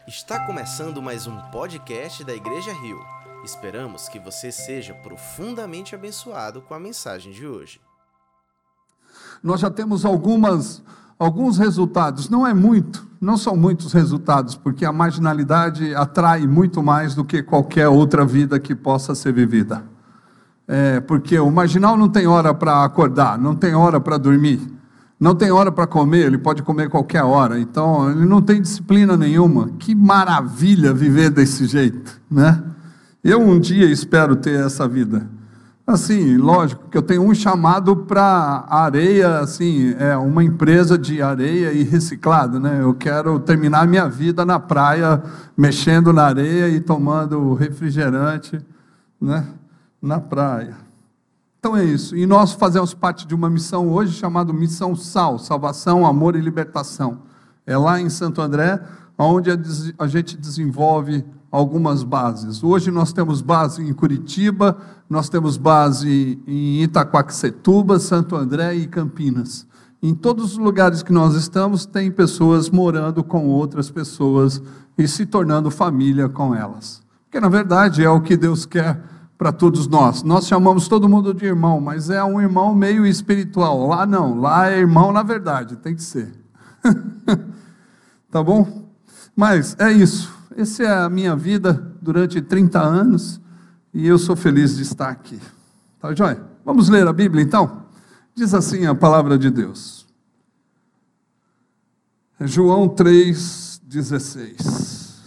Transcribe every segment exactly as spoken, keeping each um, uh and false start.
Está começando mais um podcast da Igreja Rio. Esperamos que você seja profundamente abençoado com a mensagem de hoje. Nós já temos algumas, alguns resultados, não é muito, não são muitos resultados, porque a marginalidade atrai muito mais do que qualquer outra vida que possa ser vivida. É, porque o marginal não tem hora para acordar, não tem hora para dormir, não tem hora para comer, ele pode comer qualquer hora, então ele não tem disciplina nenhuma. Que maravilha viver desse jeito, né? Eu um dia espero ter essa vida. Assim, lógico que eu tenho um chamado para areia, assim, é uma empresa de areia e reciclado, né? Eu quero terminar minha vida na praia, mexendo na areia e tomando refrigerante, né? Na praia. Então é isso, e nós fazemos parte de uma missão hoje chamada Missão Sal, Salvação, Amor e Libertação. É lá em Santo André, onde a gente desenvolve algumas bases. Hoje nós temos base em Curitiba, nós temos base em Itaquaquecetuba, Santo André e Campinas. Em todos os lugares que nós estamos, tem pessoas morando com outras pessoas e se tornando família com elas. Porque na verdade é o que Deus quer para todos nós. Nós chamamos todo mundo de irmão, mas é um irmão meio espiritual. Lá não, lá é irmão na verdade, tem que ser. Tá bom? Mas é isso. Essa é a minha vida durante trinta anos e eu sou feliz de estar aqui. Tá joia? Vamos ler a Bíblia então? Diz assim a palavra de Deus. João três, dezesseis.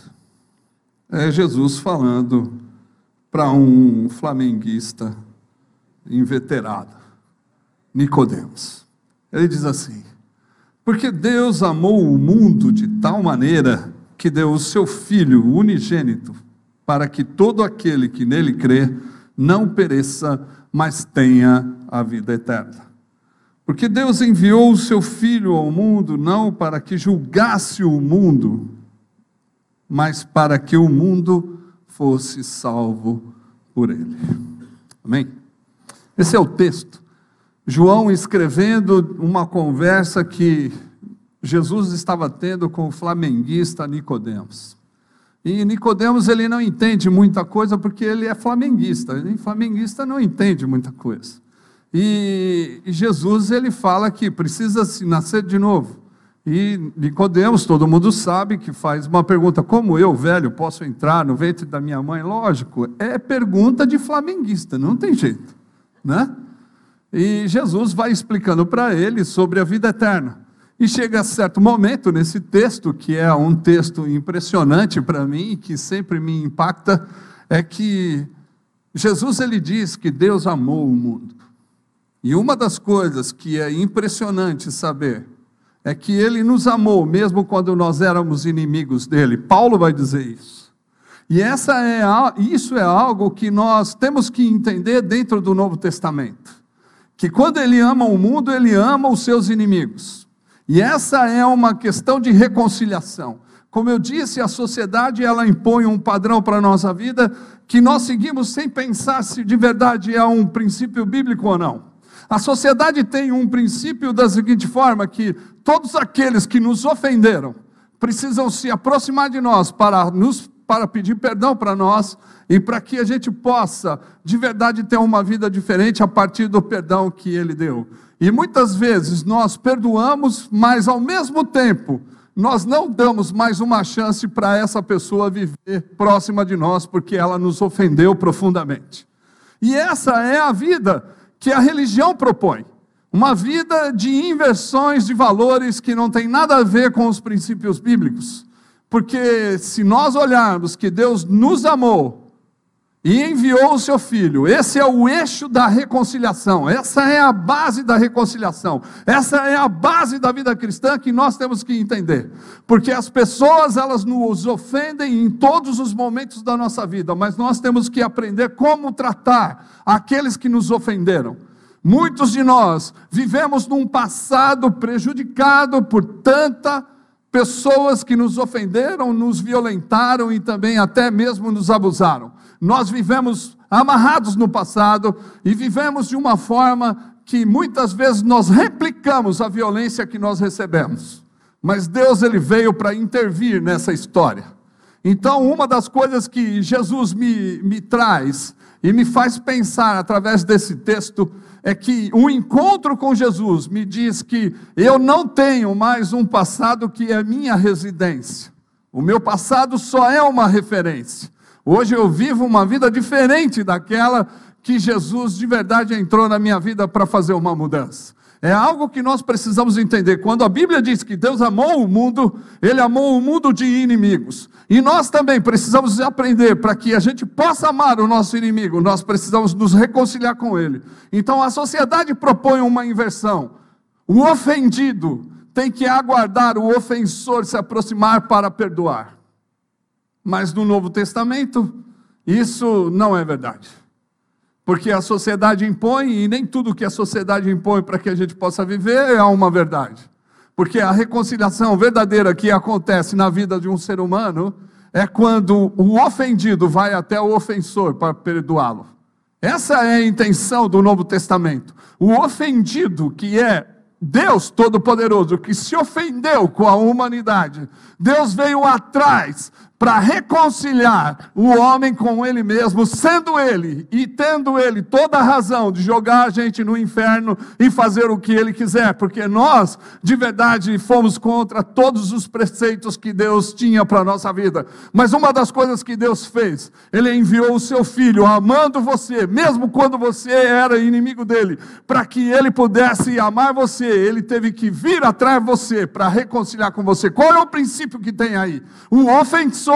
É Jesus falando para um flamenguista inveterado, Nicodemos. Ele diz assim: porque Deus amou o mundo de tal maneira que deu o seu Filho unigênito, para que todo aquele que nele crê não pereça, mas tenha a vida eterna. Porque Deus enviou o seu Filho ao mundo, não para que julgasse o mundo, mas para que o mundo fosse salvo por ele. Amém? Esse é o texto. João escrevendo uma conversa que Jesus estava tendo com o flamenguista Nicodemos. E Nicodemos, ele não entende muita coisa porque ele é flamenguista. E flamenguista não entende muita coisa. E Jesus, ele fala que precisa se nascer de novo. E Nicodemos, todo mundo sabe, que faz uma pergunta: como eu, velho, posso entrar no ventre da minha mãe? Lógico, é pergunta de flamenguista, não tem jeito, né? E Jesus vai explicando para ele sobre a vida eterna. E chega a certo momento nesse texto, que é um texto impressionante para mim, que sempre me impacta, é que Jesus, ele diz que Deus amou o mundo. E uma das coisas que é impressionante saber é que ele nos amou, mesmo quando nós éramos inimigos dele. Paulo vai dizer isso. E essa é, isso é algo que nós temos que entender dentro do Novo Testamento. Que quando ele ama o mundo, ele ama os seus inimigos. E essa é uma questão de reconciliação. Como eu disse, a sociedade, ela impõe um padrão para a nossa vida, que nós seguimos sem pensar se de verdade é um princípio bíblico ou não. A sociedade tem um princípio da seguinte forma, que todos aqueles que nos ofenderam precisam se aproximar de nós para, nos, para pedir perdão para nós e para que a gente possa de verdade ter uma vida diferente a partir do perdão que ele deu. E muitas vezes nós perdoamos, mas ao mesmo tempo nós não damos mais uma chance para essa pessoa viver próxima de nós, porque ela nos ofendeu profundamente. E essa é a vida que a religião propõe, uma vida de inversões de valores que não tem nada a ver com os princípios bíblicos, porque se nós olharmos que Deus nos amou e enviou o seu Filho, esse é o eixo da reconciliação, essa é a base da reconciliação, essa é a base da vida cristã que nós temos que entender, porque as pessoas, elas nos ofendem em todos os momentos da nossa vida, mas nós temos que aprender como tratar aqueles que nos ofenderam. Muitos de nós vivemos num passado prejudicado por tanta pessoas que nos ofenderam, nos violentaram e também até mesmo nos abusaram. Nós vivemos amarrados no passado e vivemos de uma forma que muitas vezes nós replicamos a violência que nós recebemos. Mas Deus, ele veio para intervir nessa história. Então, uma das coisas que Jesus me, me traz e me faz pensar através desse texto é que o encontro com Jesus me diz que eu não tenho mais um passado que é minha residência. O meu passado só é uma referência. Hoje eu vivo uma vida diferente daquela que Jesus de verdade entrou na minha vida para fazer uma mudança. É algo que nós precisamos entender. Quando a Bíblia diz que Deus amou o mundo, Ele amou o mundo de inimigos. E nós também precisamos aprender, para que a gente possa amar o nosso inimigo, nós precisamos nos reconciliar com ele. Então a sociedade propõe uma inversão. O ofendido tem que aguardar o ofensor se aproximar para perdoar. Mas no Novo Testamento, isso não é verdade. Porque a sociedade impõe, e nem tudo que a sociedade impõe para que a gente possa viver é uma verdade. Porque a reconciliação verdadeira que acontece na vida de um ser humano é quando o ofendido vai até o ofensor para perdoá-lo. Essa é a intenção do Novo Testamento. O ofendido, que é Deus Todo-Poderoso, que se ofendeu com a humanidade, Deus veio atrás para reconciliar o homem com ele mesmo, sendo ele e tendo ele toda a razão de jogar a gente no inferno e fazer o que ele quiser, porque nós, de verdade, fomos contra todos os preceitos que Deus tinha para a nossa vida. Mas uma das coisas que Deus fez, Ele enviou o seu Filho, amando você, mesmo quando você era inimigo dele, para que Ele pudesse amar você. Ele teve que vir atrás de você para reconciliar com você. Qual é o princípio que tem aí? O ofensor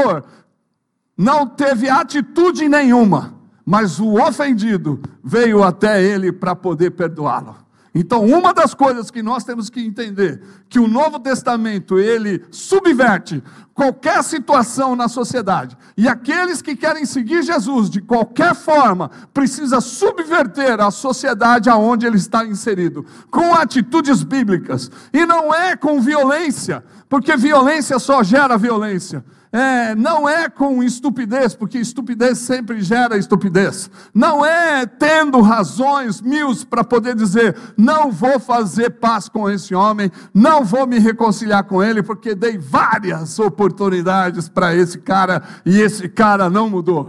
não teve atitude nenhuma, mas o ofendido veio até ele para poder perdoá-lo. Então, uma das coisas que nós temos que entender, que o Novo Testamento, ele subverte qualquer situação na sociedade, e aqueles que querem seguir Jesus, de qualquer forma, precisa subverter a sociedade aonde ele está inserido, com atitudes bíblicas, e não é com violência, porque violência só gera violência. É, não é com estupidez, porque estupidez sempre gera estupidez. Não é tendo razões mil para poder dizer, não vou fazer paz com esse homem, não vou me reconciliar com ele, porque dei várias oportunidades para esse cara, e esse cara não mudou.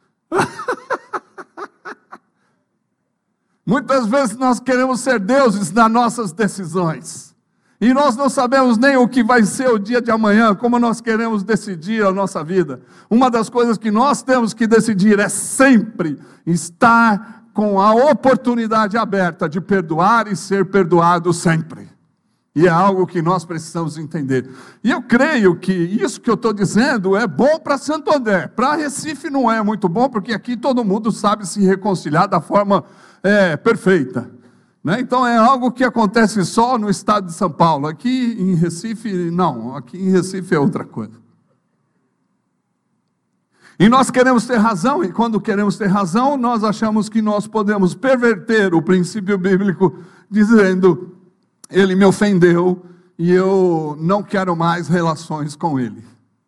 Muitas vezes nós queremos ser deuses nas nossas decisões. E nós não sabemos nem o que vai ser o dia de amanhã, como nós queremos decidir a nossa vida. Uma das coisas que nós temos que decidir é sempre estar com a oportunidade aberta de perdoar e ser perdoado sempre. E é algo que nós precisamos entender. E eu creio que isso que eu estou dizendo é bom para Santo André. Para Recife não é muito bom, porque aqui todo mundo sabe se reconciliar da forma é, perfeita. Então é algo que acontece só no estado de São Paulo. Aqui em Recife, não. Aqui em Recife é outra coisa. E nós queremos ter razão, e quando queremos ter razão, nós achamos que nós podemos perverter o princípio bíblico, dizendo, ele me ofendeu, e eu não quero mais relações com ele.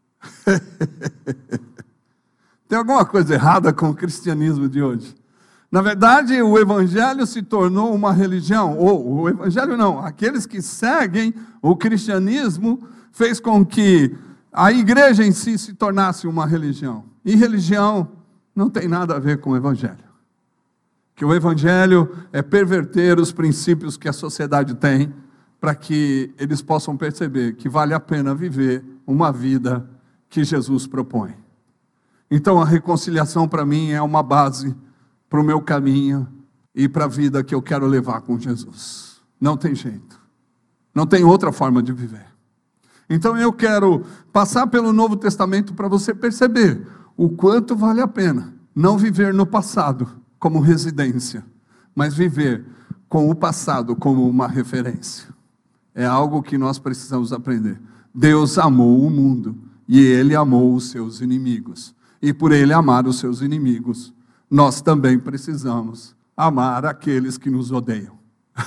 Tem alguma coisa errada com o cristianismo de hoje? Na verdade, o evangelho se tornou uma religião, ou o evangelho não, aqueles que seguem o cristianismo fez com que a igreja em si se tornasse uma religião. E religião não tem nada a ver com o evangelho. Que o evangelho é perverter os princípios que a sociedade tem, para que eles possam perceber que vale a pena viver uma vida que Jesus propõe. Então a reconciliação para mim é uma base para o meu caminho e para a vida que eu quero levar com Jesus. Não tem jeito. Não tem outra forma de viver. Então eu quero passar pelo Novo Testamento para você perceber o quanto vale a pena não viver no passado como residência, mas viver com o passado como uma referência. É algo que nós precisamos aprender. Deus amou o mundo e Ele amou os seus inimigos. E por Ele amar os seus inimigos, nós também precisamos amar aqueles que nos odeiam.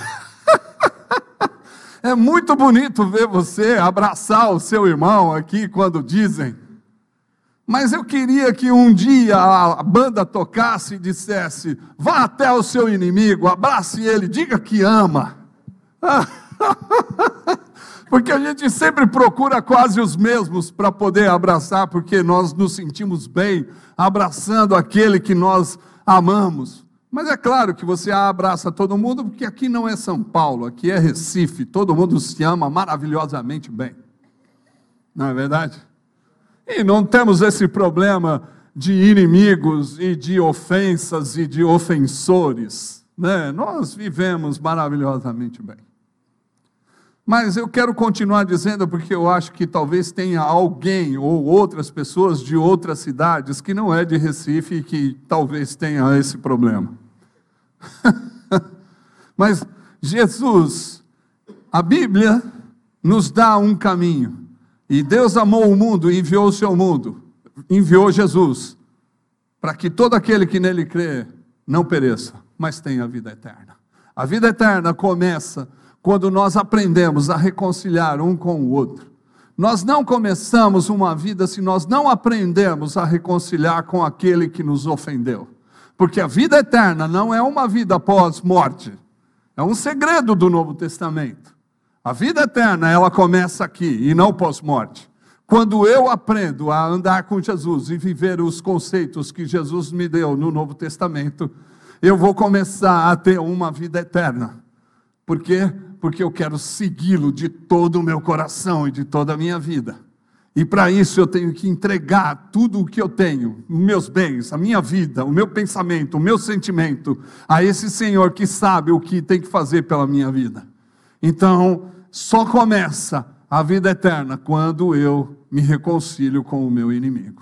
É muito bonito ver você abraçar o seu irmão aqui quando dizem, mas eu queria que um dia a banda tocasse e dissesse, vá até o seu inimigo, abrace ele, diga que ama. Porque a gente sempre procura quase os mesmos para poder abraçar, porque nós nos sentimos bem abraçando aquele que nós amamos. Mas é claro que você abraça todo mundo, porque aqui não é São Paulo, aqui é Recife, todo mundo se ama maravilhosamente bem. Não é verdade? E não temos esse problema de inimigos e de ofensas e de ofensores, né? Nós vivemos maravilhosamente bem. Mas eu quero continuar dizendo, porque eu acho que talvez tenha alguém ou outras pessoas de outras cidades que não é de Recife e que talvez tenha esse problema. Mas Jesus, a Bíblia nos dá um caminho. E Deus amou o mundo e enviou o seu mundo, enviou Jesus, para que todo aquele que nele crê não pereça, mas tenha a vida eterna. A vida eterna começa quando nós aprendemos a reconciliar um com o outro. Nós não começamos uma vida se nós não aprendemos a reconciliar com aquele que nos ofendeu. Porque a vida eterna não é uma vida após morte. É um segredo do Novo Testamento. A vida eterna, ela começa aqui e não pós-morte. Quando eu aprendo a andar com Jesus e viver os conceitos que Jesus me deu no Novo Testamento, eu vou começar a ter uma vida eterna. Por quê? Porque eu quero segui-lo de todo o meu coração e de toda a minha vida. E para isso eu tenho que entregar tudo o que eu tenho, os meus bens, a minha vida, o meu pensamento, o meu sentimento, a esse Senhor que sabe o que tem que fazer pela minha vida. Então, só começa a vida eterna quando eu me reconcilio com o meu inimigo.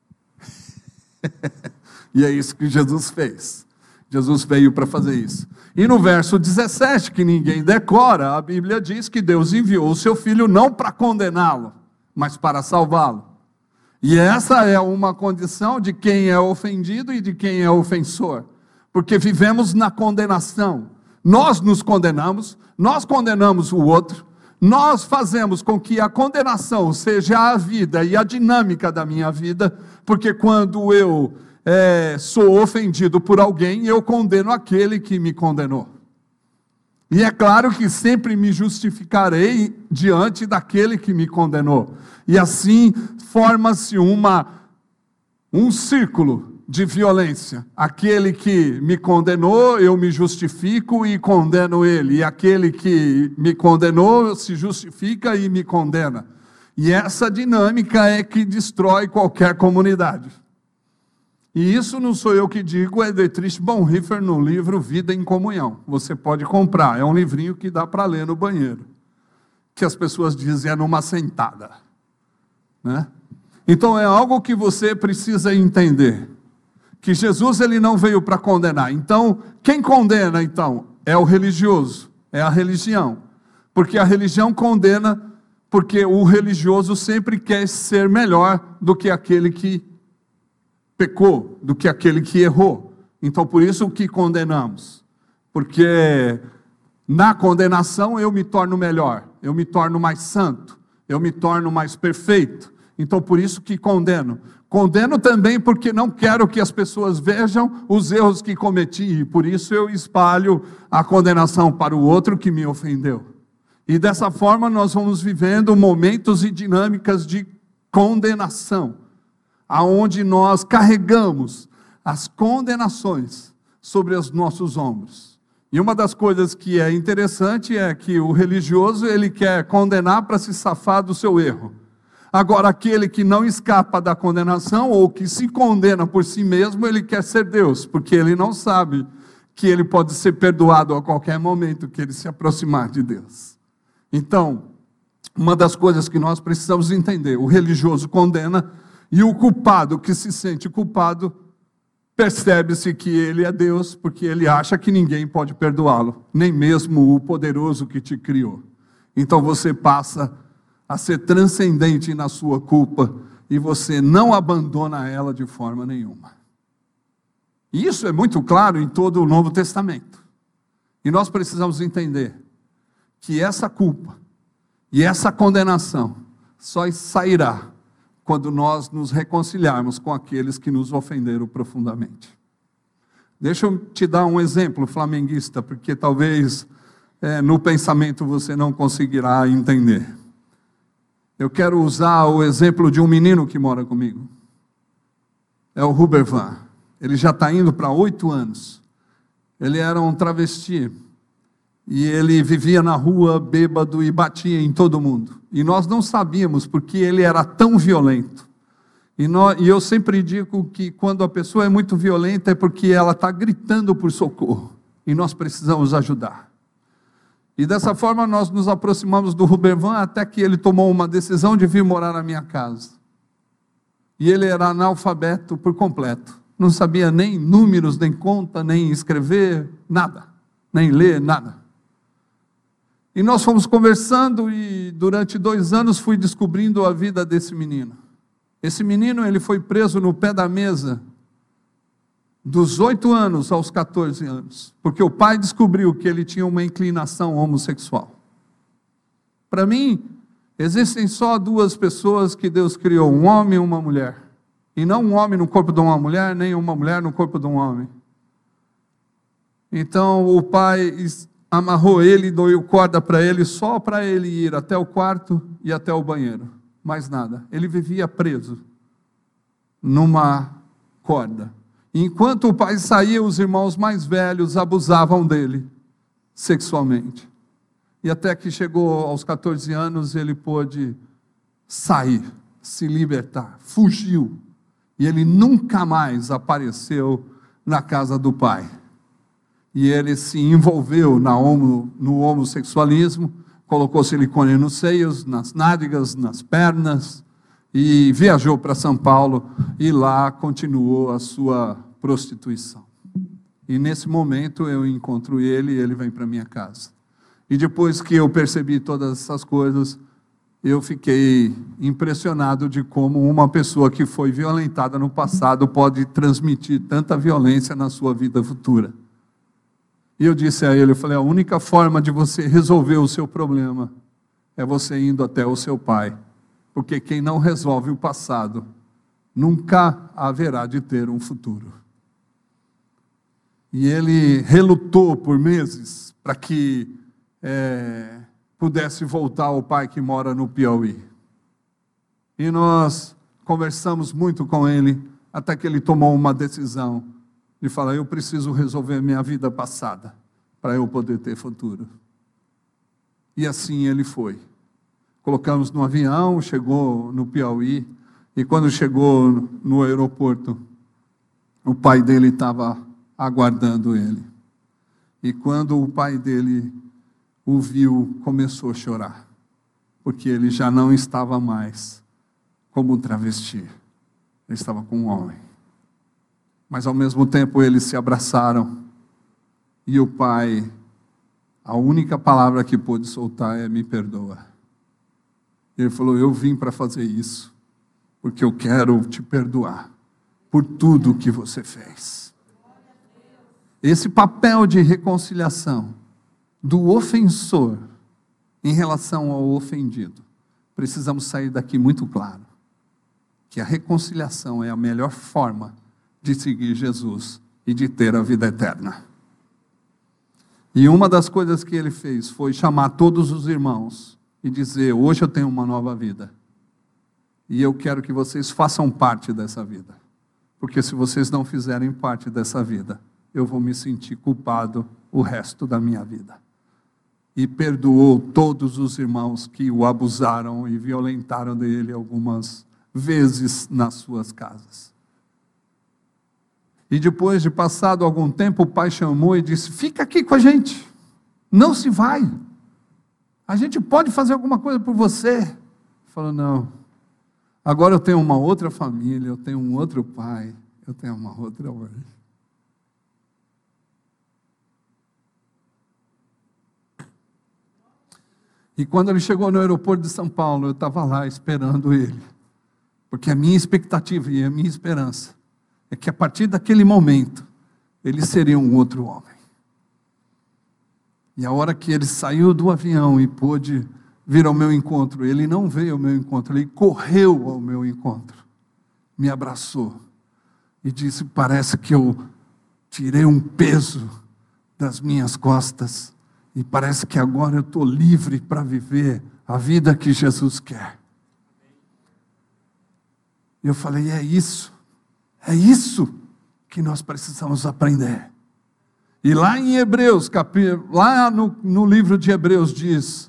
E é isso que Jesus fez. Jesus veio para fazer isso. E no verso dezessete, que ninguém decora, a Bíblia diz que Deus enviou o seu Filho não para condená-lo, mas para salvá-lo. E essa é uma condição de quem é ofendido e de quem é ofensor. Porque vivemos na condenação. Nós nos condenamos, nós condenamos o outro, nós fazemos com que a condenação seja a vida e a dinâmica da minha vida, porque quando eu é, sou ofendido por alguém, eu condeno aquele que me condenou. E é claro que sempre me justificarei diante daquele que me condenou. E assim forma-se uma, um círculo de violência. Aquele que me condenou, eu me justifico e condeno ele. E aquele que me condenou, se justifica e me condena. E essa dinâmica é que destrói qualquer comunidade. E isso não sou eu que digo, é Dietrich Bonhoeffer no livro Vida em Comunhão. Você pode comprar, é um livrinho que dá para ler no banheiro. Que as pessoas dizem é numa sentada. Né? Então é algo que você precisa entender. Que Jesus ele não veio para condenar. Então, quem condena então? É o religioso, é a religião. Porque a religião condena, porque o religioso sempre quer ser melhor do que aquele que pecou, do que aquele que errou. Então, por isso que condenamos. Porque na condenação eu me torno melhor, eu me torno mais santo, eu me torno mais perfeito. Então, por isso que condeno. Condeno também porque não quero que as pessoas vejam os erros que cometi, e por isso eu espalho a condenação para o outro que me ofendeu. E dessa forma nós vamos vivendo momentos e dinâmicas de condenação, aonde nós carregamos as condenações sobre os nossos ombros. E uma das coisas que é interessante é que o religioso ele quer condenar para se safar do seu erro. Agora, aquele que não escapa da condenação, ou que se condena por si mesmo, ele quer ser Deus, porque ele não sabe que ele pode ser perdoado a qualquer momento que ele se aproximar de Deus. Então, uma das coisas que nós precisamos entender, o religioso condena, e o culpado que se sente culpado, percebe-se que ele é Deus, porque ele acha que ninguém pode perdoá-lo, nem mesmo o poderoso que te criou. Então você passa a ser transcendente na sua culpa, e você não abandona ela de forma nenhuma. E isso é muito claro em todo o Novo Testamento. E nós precisamos entender que essa culpa e essa condenação só sairá quando nós nos reconciliarmos com aqueles que nos ofenderam profundamente. Deixa eu te dar um exemplo flamenguista, porque talvez é, no pensamento você não conseguirá entender. Eu quero usar o exemplo de um menino que mora comigo. É o Rubervan. Ele já está indo para oito anos. Ele era um travesti. E ele vivia na rua bêbado e batia em todo mundo. E nós não sabíamos porque ele era tão violento. E, nós, e eu sempre digo que quando a pessoa é muito violenta é porque ela está gritando por socorro. E nós precisamos ajudar. E dessa forma nós nos aproximamos do Rubervan até que ele tomou uma decisão de vir morar na minha casa. E ele era analfabeto por completo. Não sabia nem números, nem conta, nem escrever, nada. Nem ler, nada. E nós fomos conversando e durante dois anos fui descobrindo a vida desse menino. Esse menino, ele foi preso no pé da mesa dos oito anos aos quatorze anos, porque o pai descobriu que ele tinha uma inclinação homossexual. Para mim, existem só duas pessoas que Deus criou, um homem e uma mulher. E não um homem no corpo de uma mulher, nem uma mulher no corpo de um homem. Então o pai amarrou ele e deu corda para ele, só para ele ir até o quarto e até o banheiro. Mais nada. Ele vivia preso numa corda. Enquanto o pai saía, os irmãos mais velhos abusavam dele sexualmente. E até que chegou aos quatorze anos, ele pôde sair, se libertar, fugiu. E ele nunca mais apareceu na casa do pai. E ele se envolveu na homo, no homossexualismo, colocou silicone nos seios, nas nádegas, nas pernas, e viajou para São Paulo, e lá continuou a sua prostituição. E nesse momento eu encontro ele e ele vem para minha casa. E depois que eu percebi todas essas coisas, eu fiquei impressionado de como uma pessoa que foi violentada no passado pode transmitir tanta violência na sua vida futura. E eu disse a ele, eu falei, a única forma de você resolver o seu problema é você indo até o seu pai. Porque quem não resolve o passado, nunca haverá de ter um futuro. E ele relutou por meses para que é, pudesse voltar ao pai que mora no Piauí. E nós conversamos muito com ele, até que ele tomou uma decisão de falar, eu preciso resolver minha vida passada, para eu poder ter futuro. E assim ele foi. Colocamos no avião, chegou no Piauí, e quando chegou no aeroporto, o pai dele estava aguardando ele. E quando o pai dele o viu, começou a chorar, porque ele já não estava mais como um travesti, ele estava com um homem. Mas ao mesmo tempo eles se abraçaram, e o pai, a única palavra que pôde soltar é, me perdoa. Ele falou, eu vim para fazer isso, porque eu quero te perdoar, por tudo que você fez. Esse papel de reconciliação, do ofensor, em relação ao ofendido, precisamos sair daqui muito claro, que a reconciliação é a melhor forma de seguir Jesus e de ter a vida eterna. E uma das coisas que ele fez foi chamar todos os irmãos e dizer, hoje eu tenho uma nova vida. E eu quero que vocês façam parte dessa vida. Porque se vocês não fizerem parte dessa vida, eu vou me sentir culpado o resto da minha vida. E perdoou todos os irmãos que o abusaram e violentaram dele algumas vezes nas suas casas. E depois de passado algum tempo, o pai chamou e disse, fica aqui com a gente, não se vai, a gente pode fazer alguma coisa por você. Ele falou, não, agora eu tenho uma outra família, eu tenho um outro pai, eu tenho uma outra mãe. E quando ele chegou no aeroporto de São Paulo, eu estava lá esperando ele, porque a minha expectativa e a minha esperança é que a partir daquele momento, ele seria um outro homem. E a hora que ele saiu do avião e pôde vir ao meu encontro, ele não veio ao meu encontro, ele correu ao meu encontro, me abraçou e disse, parece que eu tirei um peso das minhas costas E parece que agora eu estou livre para viver a vida que Jesus quer. E eu falei, é isso, é isso que nós precisamos aprender. E lá em Hebreus, capítulo, lá no, no livro de Hebreus diz,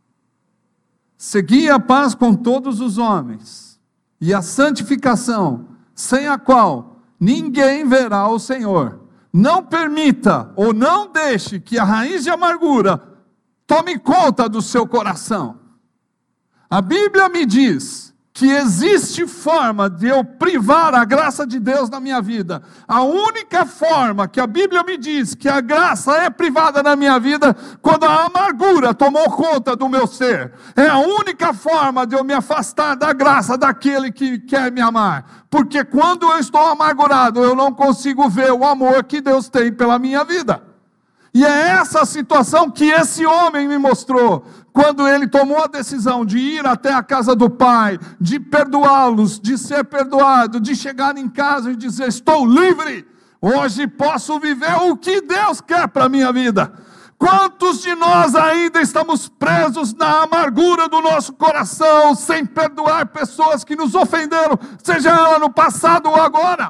segui a paz com todos os homens, e a santificação, sem a qual ninguém verá o Senhor. Não permita, ou não deixe que a raiz de amargura tome conta do seu coração. A Bíblia me diz que existe forma de eu privar a graça de Deus na minha vida. A única forma que a Bíblia me diz que a graça é privada na minha vida, quando a amargura tomou conta do meu ser. É a única forma de eu me afastar da graça daquele que quer me amar. Porque quando eu estou amargurado, eu não consigo ver o amor que Deus tem pela minha vida. E é essa a situação que esse homem me mostrou, quando ele tomou a decisão de ir até a casa do pai, de perdoá-los, de ser perdoado, de chegar em casa e dizer, estou livre, hoje posso viver o que Deus quer para a minha vida. Quantos de nós ainda estamos presos na amargura do nosso coração, sem perdoar pessoas que nos ofenderam, seja ela no passado ou agora?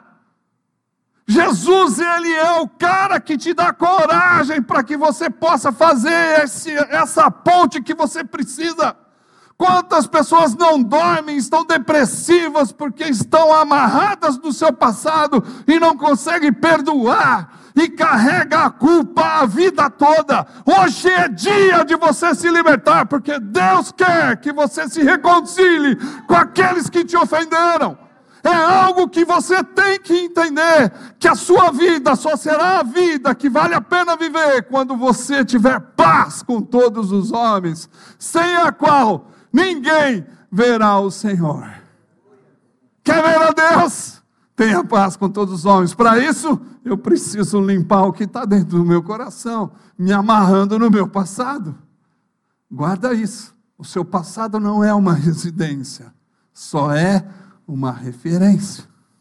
Jesus, Ele é o cara que te dá coragem para que você possa fazer esse, essa ponte que você precisa. Quantas pessoas não dormem, estão depressivas porque estão amarradas no seu passado e não conseguem perdoar e carrega a culpa a vida toda. Hoje é dia de você se libertar, porque Deus quer que você se reconcilie com aqueles que te ofenderam. É algo que você tem que entender, que a sua vida só será a vida que vale a pena viver quando você tiver paz com todos os homens, sem a qual ninguém verá o Senhor. Quer ver a Deus? Tenha paz com todos os homens. Para isso, eu preciso limpar o que está dentro do meu coração, me amarrando no meu passado. Guarda isso. O seu passado não é uma residência, só é uma referência.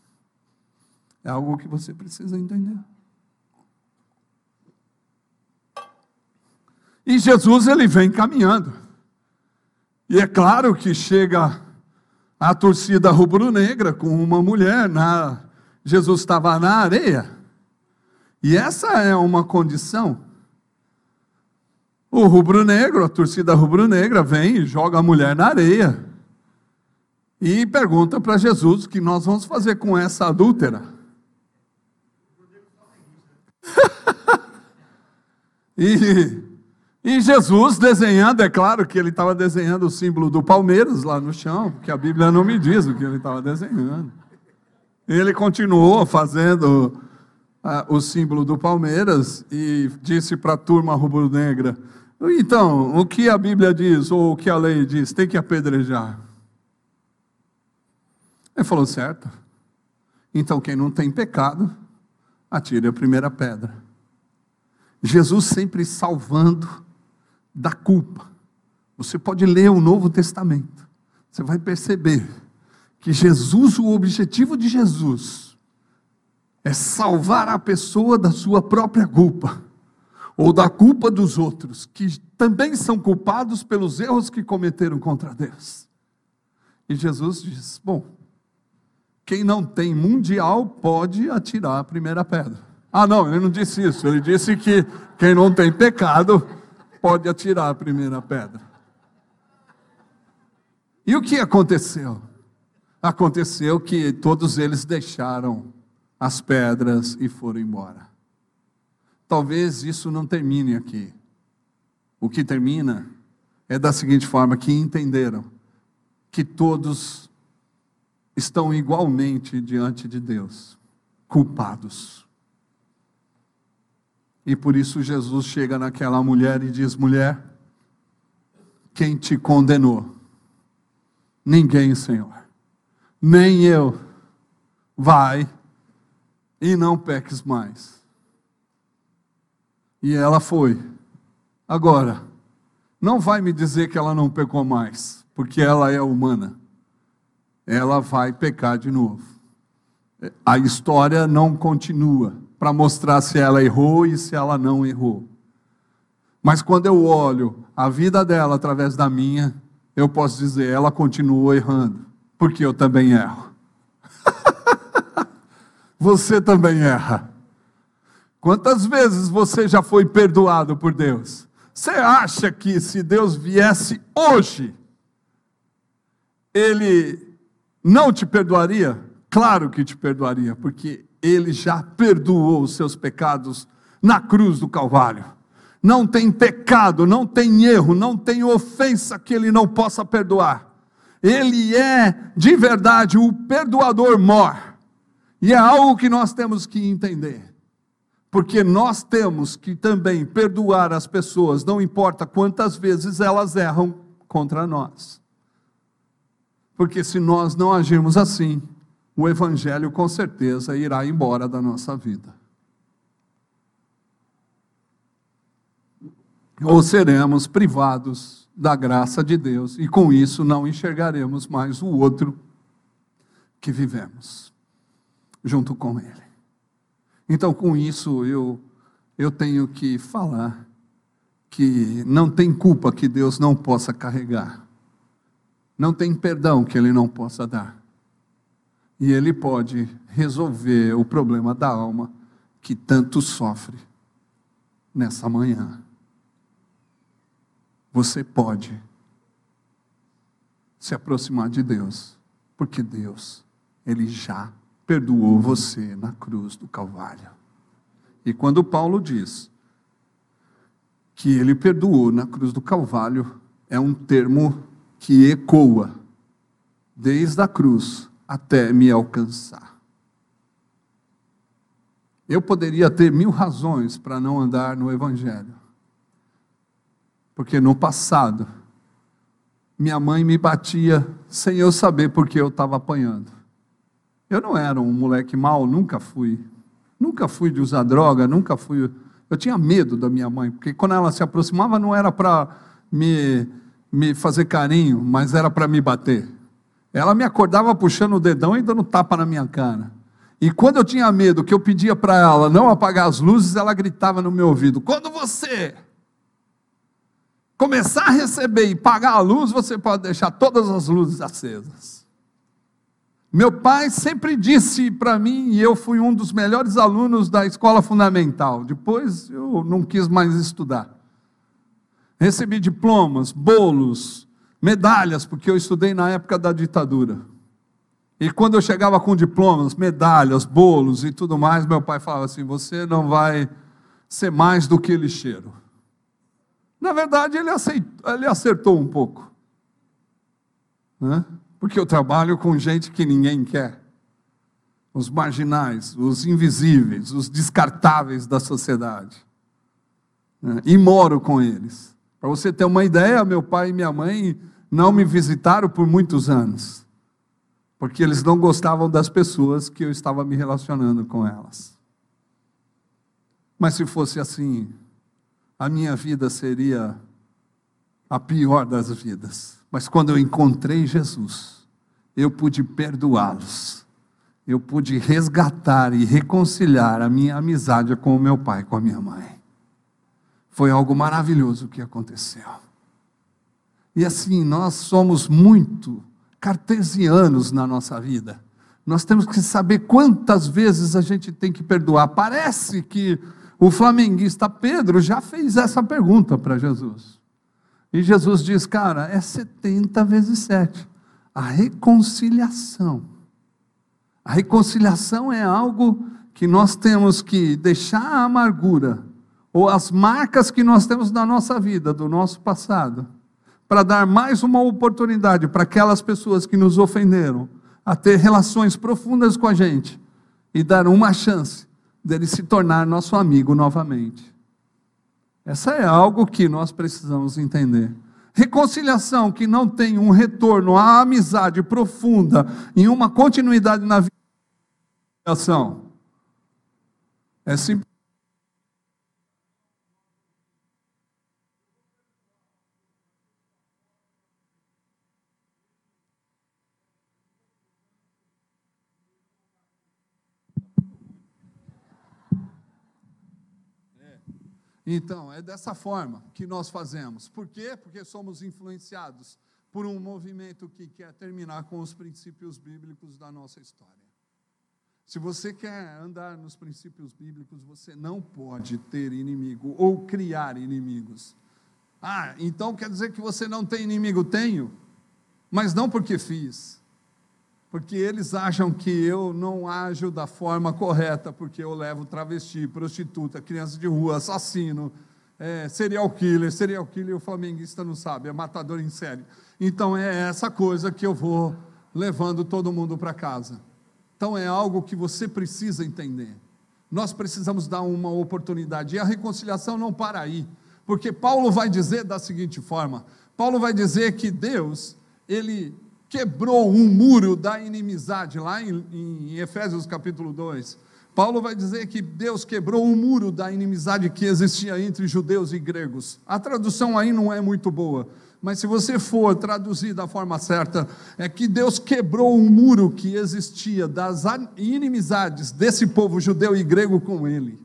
É algo que você precisa entender. E Jesus, ele vem caminhando. E é claro que chega a torcida rubro-negra com uma mulher. Na... Jesus estava na areia. E essa é uma condição. O rubro-negro, a torcida rubro-negra vem e joga a mulher na areia. E pergunta para Jesus o que nós vamos fazer com essa adúltera. e, e Jesus desenhando, é claro que ele estava desenhando o símbolo do Palmeiras lá no chão, porque a Bíblia não me diz o que ele estava desenhando. Ele continuou fazendo uh, o símbolo do Palmeiras e disse para a turma rubro-negra, então, o que a Bíblia diz, ou o que a lei diz, tem que apedrejar. Ele falou, certo. Então, quem não tem pecado, atire a primeira pedra. Jesus sempre salvando da culpa. Você pode ler o Novo Testamento. Você vai perceber que Jesus, o objetivo de Jesus, é salvar a pessoa da sua própria culpa, ou da culpa dos outros, que também são culpados pelos erros que cometeram contra Deus. E Jesus diz, bom, quem não tem mundial pode atirar a primeira pedra. Ah, não, ele não disse isso. Ele disse que quem não tem pecado pode atirar a primeira pedra. E o que aconteceu? Aconteceu que todos eles deixaram as pedras e foram embora. Talvez isso não termine aqui. O que termina é da seguinte forma, que entenderam que todos estão igualmente diante de Deus, culpados. E por isso Jesus chega naquela mulher e diz, mulher, quem te condenou? Ninguém, Senhor. Nem eu. Vai e não peques mais. E ela foi. Agora, não vai me dizer que ela não pecou mais, porque ela é humana. Ela vai pecar de novo. A história não continua para mostrar se ela errou e se ela não errou. Mas quando eu olho a vida dela através da minha, eu posso dizer, ela continuou errando, porque eu também erro. Você também erra. Quantas vezes você já foi perdoado por Deus? Você acha que se Deus viesse hoje, Ele não te perdoaria? Claro que te perdoaria, porque Ele já perdoou os seus pecados na cruz do Calvário. Não tem pecado, não tem erro, não tem ofensa que Ele não possa perdoar. Ele é, de verdade, o perdoador mor. E é algo que nós temos que entender. Porque nós temos que também perdoar as pessoas, não importa quantas vezes elas erram contra nós. Porque se nós não agirmos assim, o Evangelho com certeza irá embora da nossa vida. Ou seremos privados da graça de Deus, e com isso não enxergaremos mais o outro que vivemos junto com Ele. Então, com isso, eu, eu tenho que falar que não tem culpa que Deus não possa carregar. Não tem perdão que Ele não possa dar. E Ele pode resolver o problema da alma que tanto sofre nessa manhã. Você pode se aproximar de Deus, porque Deus, Ele já perdoou você na cruz do Calvário. E quando Paulo diz que Ele perdoou na cruz do Calvário, é um termo que ecoa desde a cruz até me alcançar. Eu poderia ter mil razões para não andar no Evangelho. Porque no passado, minha mãe me batia sem eu saber porque eu estava apanhando. Eu não era um moleque mau, nunca fui. Nunca fui de usar droga, nunca fui. Eu tinha medo da minha mãe, porque quando ela se aproximava não era para me, me fazer carinho, mas era para me bater. Ela me acordava puxando o dedão e dando tapa na minha cara. E quando eu tinha medo, que eu pedia para ela não apagar as luzes, ela gritava no meu ouvido: quando você começar a receber e pagar a luz, você pode deixar todas as luzes acesas. Meu pai sempre disse para mim, e eu fui um dos melhores alunos da escola fundamental. Depois eu não quis mais estudar. Recebi diplomas, bolos, medalhas, porque eu estudei na época da ditadura. E quando eu chegava com diplomas, medalhas, bolos e tudo mais, meu pai falava assim: você não vai ser mais do que lixeiro. Na verdade, ele, aceitou, ele acertou um pouco. Né? Porque eu trabalho com gente que ninguém quer. Os marginais, os invisíveis, os descartáveis da sociedade. Né? E moro com eles. Para você ter uma ideia, meu pai e minha mãe não me visitaram por muitos anos. Porque eles não gostavam das pessoas que eu estava me relacionando com elas. Mas se fosse assim, a minha vida seria a pior das vidas. Mas quando eu encontrei Jesus, eu pude perdoá-los. Eu pude resgatar e reconciliar a minha amizade com o meu pai, com a minha mãe. Foi algo maravilhoso que aconteceu. E assim, nós somos muito cartesianos na nossa vida. Nós temos que saber quantas vezes a gente tem que perdoar. Parece que o flamenguista Pedro já fez essa pergunta para Jesus. E Jesus diz: cara, é setenta vezes sete. A reconciliação. A reconciliação é algo que nós temos que deixar a amargura, ou as marcas que nós temos na nossa vida, do nosso passado, para dar mais uma oportunidade para aquelas pessoas que nos ofenderam, a ter relações profundas com a gente, e dar uma chance dele se tornar nosso amigo novamente. Essa é algo que nós precisamos entender. Reconciliação que não tem um retorno à amizade profunda, em uma continuidade na vida, é simplesmente Então, é dessa forma que nós fazemos. Por quê? Porque somos influenciados por um movimento que quer terminar com os princípios bíblicos da nossa história. Se você quer andar nos princípios bíblicos, você não pode ter inimigo ou criar inimigos. Ah, então quer dizer que você não tem inimigo? Tenho, mas não porque fiz. Porque eles acham que eu não ajo da forma correta, porque eu levo travesti, prostituta, criança de rua, assassino, é, serial killer, serial killer o flamenguista não sabe, é matador em série. Então é essa coisa que eu vou levando todo mundo para casa. Então é algo que você precisa entender. Nós precisamos dar uma oportunidade, e a reconciliação não para aí, porque Paulo vai dizer da seguinte forma, Paulo vai dizer que Deus, ele quebrou um muro da inimizade, lá em, em Efésios capítulo dois, Paulo vai dizer que Deus quebrou um muro da inimizade que existia entre judeus e gregos. A tradução aí não é muito boa, mas se você for traduzir da forma certa, é que Deus quebrou um muro que existia das inimizades desse povo judeu e grego com ele.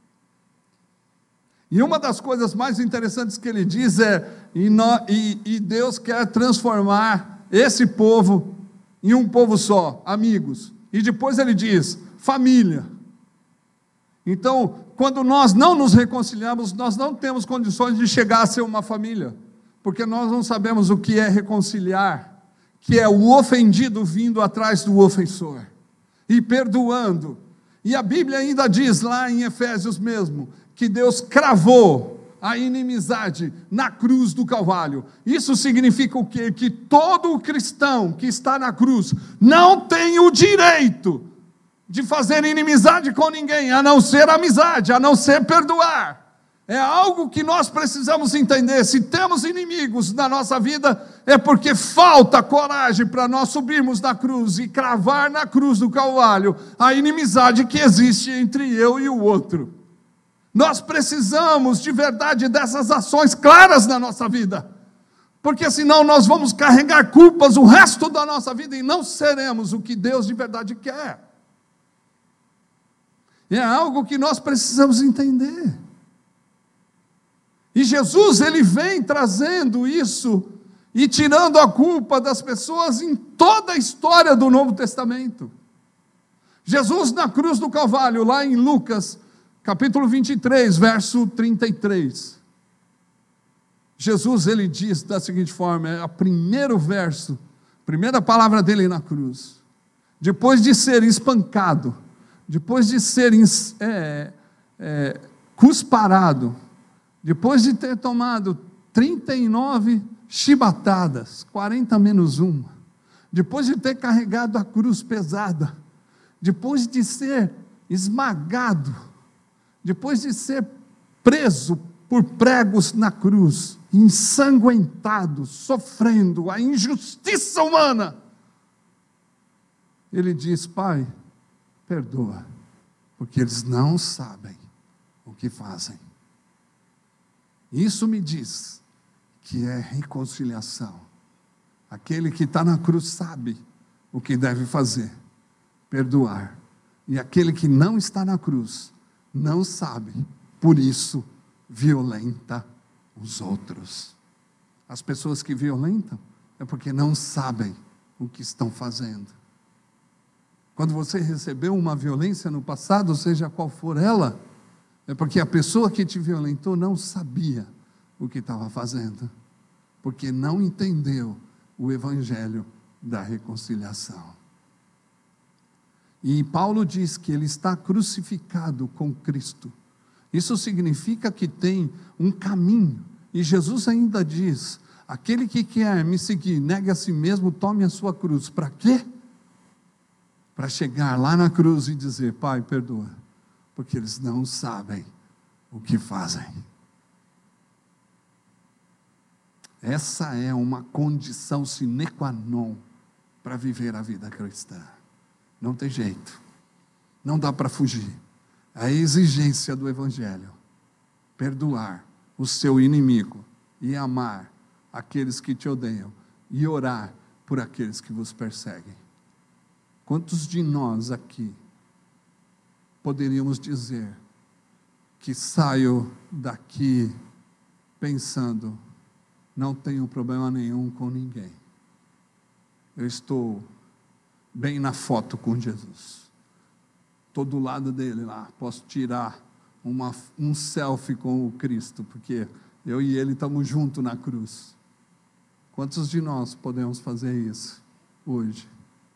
E uma das coisas mais interessantes que ele diz é, e, no, e, e Deus quer transformar esse povo em um povo só, amigos. E depois ele diz, família. Então, quando nós não nos reconciliamos, nós não temos condições de chegar a ser uma família, porque nós não sabemos o que é reconciliar, que é o ofendido vindo atrás do ofensor, e perdoando. E a Bíblia ainda diz lá em Efésios mesmo, que Deus cravou a inimizade na cruz do Calvário. Isso significa o quê? Que todo cristão que está na cruz não tem o direito de fazer inimizade com ninguém, a não ser amizade, a não ser perdoar. É algo que nós precisamos entender. Se temos inimigos na nossa vida, é porque falta coragem para nós subirmos na cruz e cravar na cruz do Calvário a inimizade que existe entre eu e o outro. Nós precisamos de verdade dessas ações claras na nossa vida, porque senão nós vamos carregar culpas o resto da nossa vida e não seremos o que Deus de verdade quer. É algo que nós precisamos entender. E Jesus, ele vem trazendo isso e tirando a culpa das pessoas em toda a história do Novo Testamento. Jesus na cruz do Calvário, lá em Lucas capítulo vinte e três, verso trinta e três. Jesus, ele diz da seguinte forma, é o primeiro verso, primeira palavra dele na cruz. Depois de ser espancado, depois de ser é, é, cusparado, depois de ter tomado trinta e nove chibatadas, quarenta menos uma, depois de ter carregado a cruz pesada, depois de ser esmagado, depois de ser preso por pregos na cruz, ensanguentado, sofrendo a injustiça humana, ele diz, Pai, perdoa, porque eles não sabem o que fazem. Isso me diz que é reconciliação. Aquele que está na cruz sabe o que deve fazer, perdoar. E aquele que não está na cruz, não sabe, por isso violenta os outros. As pessoas que violentam é porque não sabem o que estão fazendo. Quando você recebeu uma violência no passado, seja qual for ela, é porque a pessoa que te violentou não sabia o que estava fazendo, porque não entendeu o evangelho da reconciliação. E Paulo diz que ele está crucificado com Cristo. Isso significa que tem um caminho. E Jesus ainda diz, aquele que quer me seguir, negue a si mesmo, tome a sua cruz. Para quê? Para chegar lá na cruz e dizer, Pai, perdoa, porque eles não sabem o que fazem. Essa é uma condição sine qua non para viver a vida cristã. Não tem jeito, não dá para fugir. A exigência do evangelho, perdoar o seu inimigo e amar aqueles que te odeiam e orar por aqueles que vos perseguem. Quantos de nós aqui poderíamos dizer que saio daqui pensando, não tenho problema nenhum com ninguém. Eu estou bem na foto com Jesus. Estou do lado dele lá, posso tirar uma, um selfie com o Cristo, porque eu e ele estamos juntos na cruz. Quantos de nós podemos fazer isso hoje?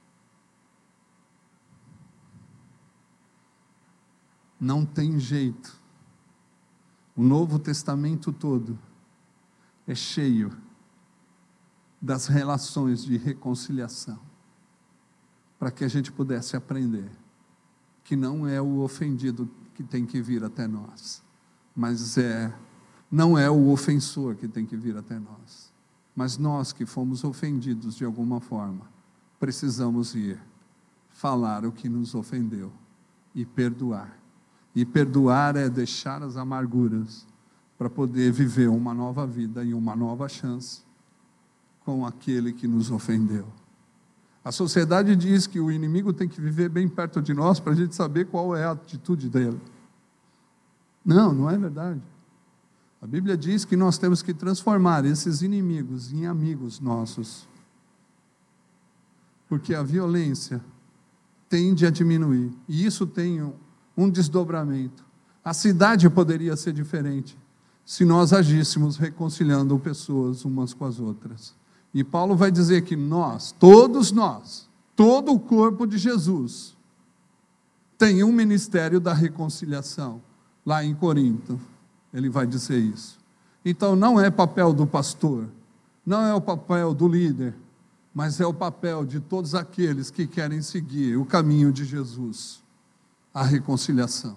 Não tem jeito. O Novo Testamento todo é cheio das relações de reconciliação, para que a gente pudesse aprender que não é o ofendido que tem que vir até nós, mas é, não é o ofensor que tem que vir até nós, mas nós que fomos ofendidos de alguma forma, precisamos ir falar o que nos ofendeu e perdoar. E perdoar é deixar as amarguras para poder viver uma nova vida e uma nova chance com aquele que nos ofendeu. A sociedade diz que o inimigo tem que viver bem perto de nós para a gente saber qual é a atitude dele. Não, não é verdade. A Bíblia diz que nós temos que transformar esses inimigos em amigos nossos, porque a violência tende a diminuir, e isso tem um, um desdobramento. A cidade poderia ser diferente se nós agíssemos reconciliando pessoas umas com as outras. E Paulo vai dizer que nós, todos nós, todo o corpo de Jesus, tem um ministério da reconciliação. Lá em Corinto, ele vai dizer isso. Então não é papel do pastor, não é o papel do líder, mas é o papel de todos aqueles que querem seguir o caminho de Jesus, a reconciliação.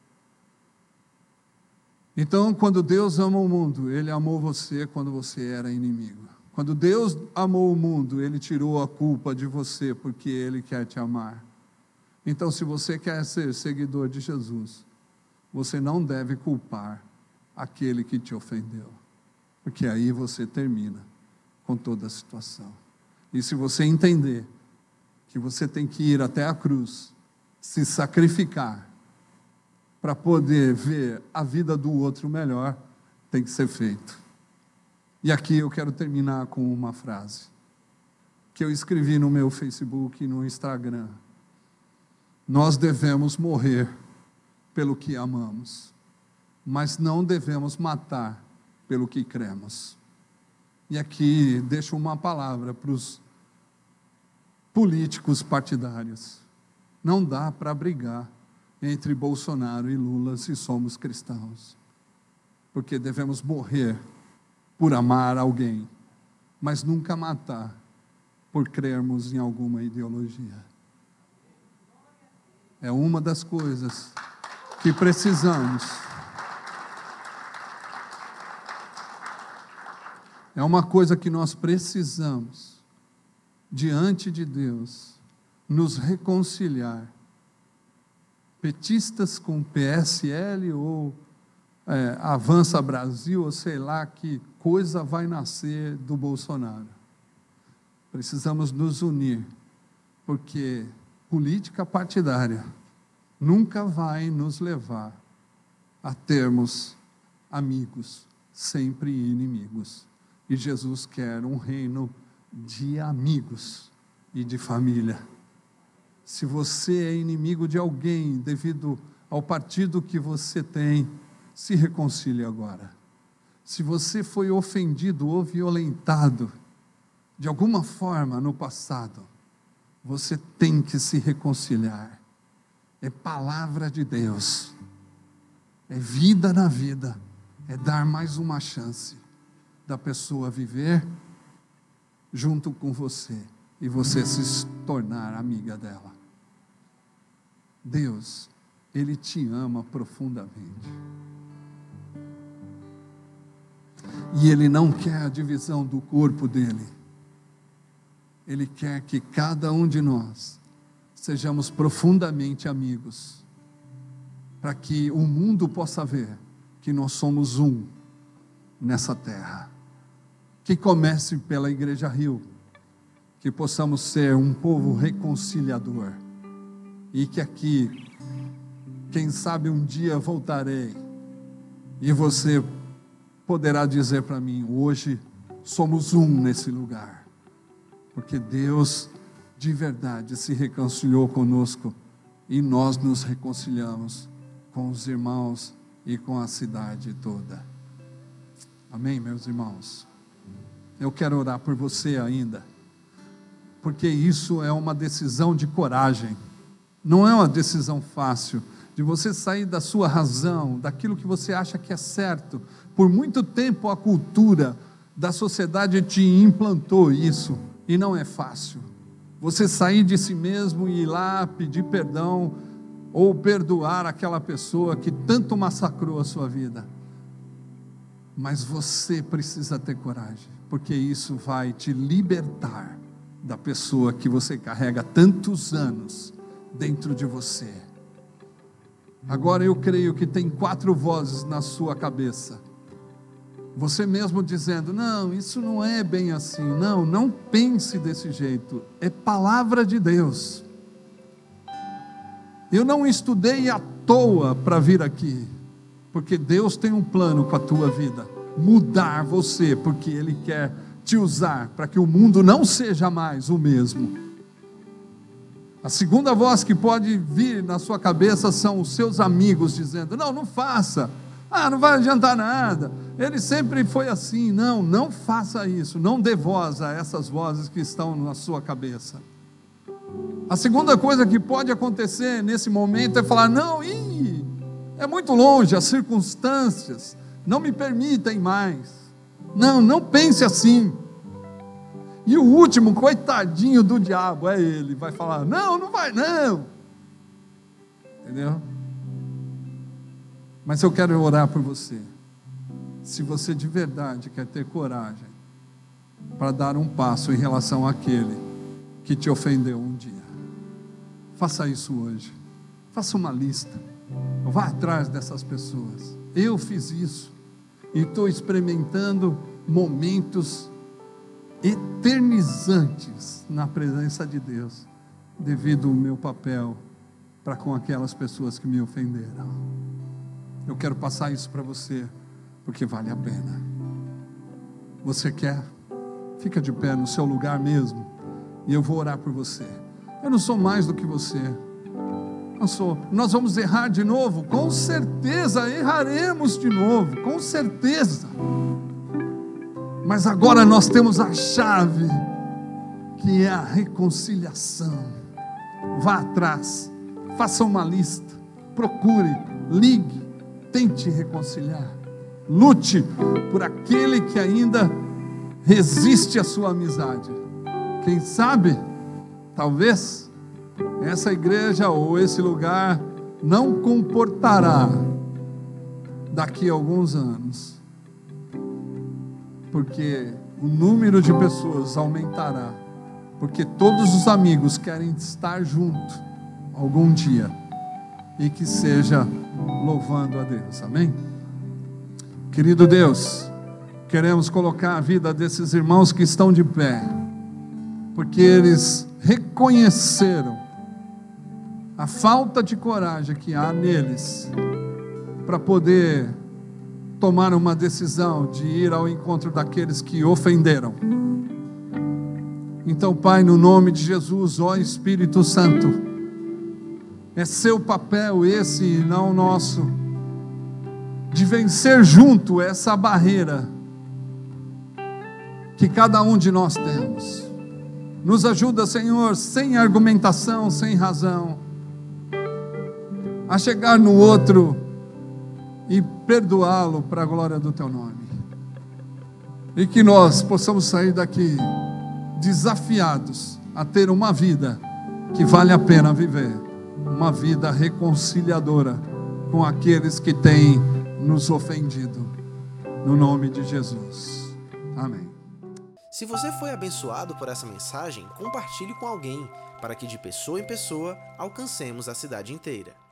Então, quando Deus ama o mundo, Ele amou você quando você era inimigo. Quando Deus amou o mundo, Ele tirou a culpa de você, porque Ele quer te amar. Então, se você quer ser seguidor de Jesus, você não deve culpar aquele que te ofendeu, porque aí você termina com toda a situação. E se você entender que você tem que ir até a cruz, se sacrificar, para poder ver a vida do outro melhor, tem que ser feito. E aqui eu quero terminar com uma frase, que eu escrevi no meu Facebook e no Instagram. Nós devemos morrer pelo que amamos, mas não devemos matar pelo que cremos. E aqui deixo uma palavra para os políticos partidários. Não dá para brigar entre Bolsonaro e Lula se somos cristãos, porque devemos morrer por amar alguém, mas nunca matar por crermos em alguma ideologia. É uma das coisas que precisamos. É uma coisa que nós precisamos, diante de Deus, nos reconciliar. Petistas com P S L ou é, Avança Brasil, ou sei lá que coisa vai nascer do Bolsonaro. Precisamos nos unir, porque política partidária nunca vai nos levar a termos amigos, sempre inimigos. E Jesus quer um reino de amigos e de família. Se você é inimigo de alguém devido ao partido que você tem, se reconcilie agora. Se você foi ofendido ou violentado de alguma forma no passado, você tem que se reconciliar. É palavra de Deus, é vida na vida, é dar mais uma chance da pessoa viver junto com você e você se tornar amiga dela. Deus, Ele te ama profundamente. E Ele não quer a divisão do corpo dEle. Ele quer que cada um de nós sejamos profundamente amigos, para que o mundo possa ver que nós somos um nessa terra. Que comece pela Igreja Rio, que possamos ser um povo reconciliador, e que aqui, quem sabe um dia voltarei E você poderá dizer para mim: hoje somos um nesse lugar, porque Deus de verdade se reconciliou conosco e nós nos reconciliamos com os irmãos e com a cidade toda. Amém, meus irmãos? Eu quero orar por você ainda, porque isso é uma decisão de coragem, não é uma decisão fácil, de você sair da sua razão, daquilo que você acha que é certo. Por muito tempo a cultura da sociedade te implantou isso, e não é fácil. Você sair de si mesmo e ir lá pedir perdão, ou perdoar aquela pessoa que tanto massacrou a sua vida. Mas você precisa ter coragem, porque isso vai te libertar da pessoa que você carrega tantos anos dentro de você. Agora eu creio que tem quatro vozes na sua cabeça. Você mesmo dizendo: não, isso não é bem assim. Não, não pense desse jeito. É palavra de Deus. Eu não estudei à toa para vir aqui, porque Deus tem um plano com a tua vida. Mudar você, porque Ele quer te usar para que o mundo não seja mais o mesmo. A segunda voz que pode vir na sua cabeça são os seus amigos dizendo: não, não faça, ah, não vai adiantar nada, ele sempre foi assim. Não, não faça isso, não dê voz a essas vozes que estão na sua cabeça. A segunda coisa que pode acontecer nesse momento é falar: não, ih, é muito longe, as circunstâncias não me permitem mais. Não, não pense assim. E o último, coitadinho do diabo, é ele, vai falar: não, não vai não. Entendeu? Mas eu quero orar por você. Se você de verdade quer ter coragem para dar um passo em relação àquele que te ofendeu um dia, faça isso hoje. Faça uma lista, vá atrás dessas pessoas. Eu fiz isso e estou experimentando momentos eternizantes na presença de Deus, devido ao meu papel para com aquelas pessoas que me ofenderam. Eu quero passar isso para você, porque vale a pena. Você quer? Fica de pé no seu lugar mesmo, e eu vou orar por você. Eu não sou mais do que você. Não sou. Nós vamos errar de novo? Com certeza erraremos de novo, com certeza. Mas agora nós temos a chave, que é a reconciliação. Vá atrás, faça uma lista, procure, ligue, tente reconciliar. Lute por aquele que ainda resiste à sua amizade. Quem sabe, talvez, essa igreja ou esse lugar não comportará daqui a alguns anos, porque o número de pessoas aumentará, porque todos os amigos querem estar junto algum dia, e que seja louvando a Deus. Amém? Querido Deus, queremos colocar a vida desses irmãos que estão de pé, porque eles reconheceram a falta de coragem que há neles para poder tomar uma decisão de ir ao encontro daqueles que ofenderam. Então, Pai, no nome de Jesus, ó Espírito Santo, é seu papel esse e não nosso, de vencer junto essa barreira que cada um de nós temos. Nos ajuda, Senhor, sem argumentação, sem razão, a chegar no outro e perdoá-lo para a glória do Teu nome. E que nós possamos sair daqui desafiados a ter uma vida que vale a pena viver, uma vida reconciliadora com aqueles que têm nos ofendido, no nome de Jesus. Amém. Se você foi abençoado por essa mensagem, compartilhe com alguém, para que de pessoa em pessoa alcancemos a cidade inteira.